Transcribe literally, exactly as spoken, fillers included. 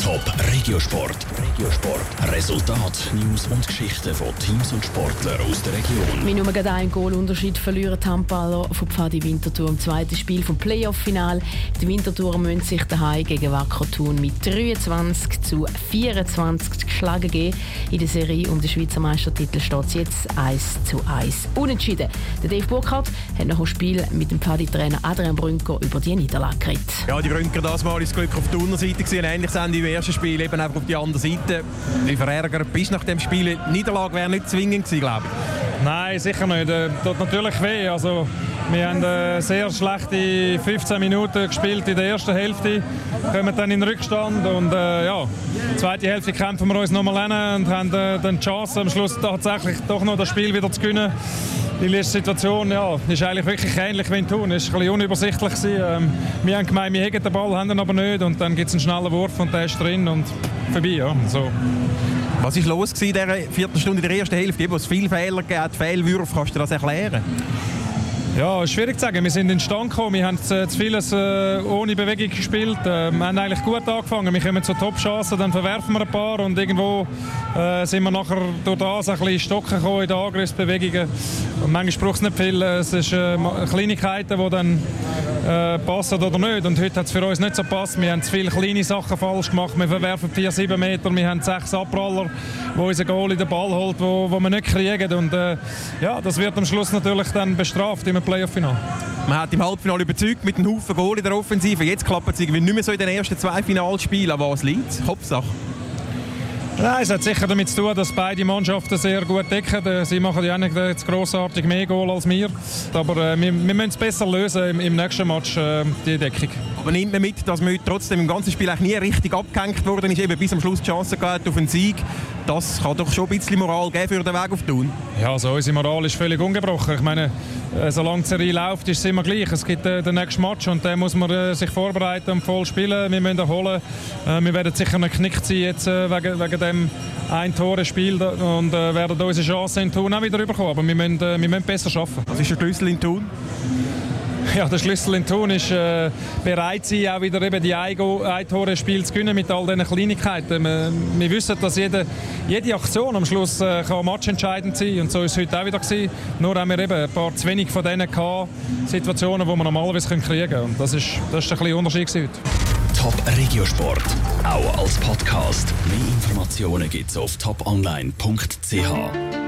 Top Regiosport. Regiosport. Resultat, News und Geschichten von Teams und Sportlern aus der Region. Mit nur gerade einem Goalunterschied verlieren die Handballer von Pfadi Winterthur im zweiten Spiel vom Playoff-Final. Die Winterthurer müssen sich daheim gegen Wacker Thun mit dreiundzwanzig zu vierundzwanzig geschlagen geben. In der Serie um den Schweizer Meistertitel steht es jetzt eins zu eins unentschieden. Der Dave Burkhardt hat nach dem Spiel mit dem Pfadi-Trainer Adrian Brünker über die Niederlage geredet. Ja, die Brünker, das Mal ist das Glück auf der Thuner-Seite gewesen. Ähnliches Ende im ersten Spiel, eben einfach auf die andere Seite. Wie verärgert bist du nach dem Spiel? Die Niederlage wäre nicht zwingend gewesen, glaube ich. Nein, sicher nicht. Das tut natürlich weh. Also, wir haben äh, sehr schlechte fünfzehn Minuten gespielt in der ersten Hälfte, kommen dann in den Rückstand und äh, ja, die zweite Hälfte kämpfen wir uns nochmal an und haben äh, dann die Chance, am Schluss tatsächlich doch noch das Spiel wieder zu gewinnen. Die letzte Situation ja, ist eigentlich wirklich ähnlich wie in Thun. Es war ein bisschen unübersichtlich. Ähm, wir haben gemeint, wir hätten den Ball, haben ihn aber nicht und dann gibt es einen schnellen Wurf und der ist drin und vorbei. Ja, so. Was war los in dieser Viertelstunde in der ersten Hälfte, wo es viele Fehler gab, Fehlwürfe? Kannst du das erklären? Ja, ist schwierig zu sagen. Wir sind in den Stand gekommen. Wir haben zu vieles äh, ohne Bewegung gespielt. Äh, wir haben eigentlich gut angefangen. Wir kommen zu Top-Chancen, dann verwerfen wir ein paar und irgendwo äh, sind wir nachher durch das ein bisschen stocken gekommen in den Angriffsbewegungen. Und manchmal braucht es nicht viel. Es ist äh, Kleinigkeiten, die dann äh, passen oder nicht. Und heute hat es für uns nicht so gepasst. Wir haben zu viele kleine Sachen falsch gemacht. Wir verwerfen vier, sieben Meter. Wir haben sechs Abpraller, wo unser Goalie den Ball holt, wo, wo wir nicht kriegen. Und äh, ja, das wird am Schluss natürlich dann bestraft im Playoff-Final. Man hat im Halbfinale überzeugt mit einem Haufen Goal in der Offensive. Jetzt klappt es irgendwie nicht mehr so in den ersten zwei Finalspielen. An was liegt es? Kopfsache? Nein, es hat sicher damit zu tun, dass beide Mannschaften sehr gut decken. Sie machen ja nicht jetzt grossartig mehr Goal als wir. Aber äh, wir, wir müssen es besser lösen im, im nächsten Match, äh, die Deckung. Aber nimmt man mit, dass man trotzdem im ganzen Spiel eigentlich nie richtig abgehängt worden ist, eben bis am Schluss die Chance gehabt auf einen Sieg. Das kann doch schon ein bisschen Moral geben für den Weg auf Thun. Ja, also unsere Moral ist völlig ungebrochen. Ich meine, äh, solange die Serie läuft, ist es immer gleich. Es gibt äh, den nächsten Match und dann muss man äh, sich vorbereiten und voll spielen. Wir müssen erholen. Äh, wir werden sicher nicht geknickt sein jetzt, äh, wegen, wegen dem ein Tor-Spiel und äh, werden unsere Chancen in Thun auch wieder bekommen. Aber wir müssen, äh, wir müssen besser arbeiten. Was ist der Schlüssel in Thun? Ja, der Schlüssel in Thun ist äh, bereit sein, auch wieder eben die Ein-Tore-Spiele zu gewinnen mit all diesen Kleinigkeiten. Wir, wir wissen, dass jede, jede Aktion am Schluss äh, kann matchentscheidend sein und so ist es heute auch wieder gewesen. Nur haben wir eben ein paar zu wenig von denen gehabt, Situationen, die wir normalerweise kriegen können. Und das ist, das ist ein bisschen Unterschied heute. Top Regiosport, auch als Podcast. Mehr Informationen gibt es auf top online punkt c h.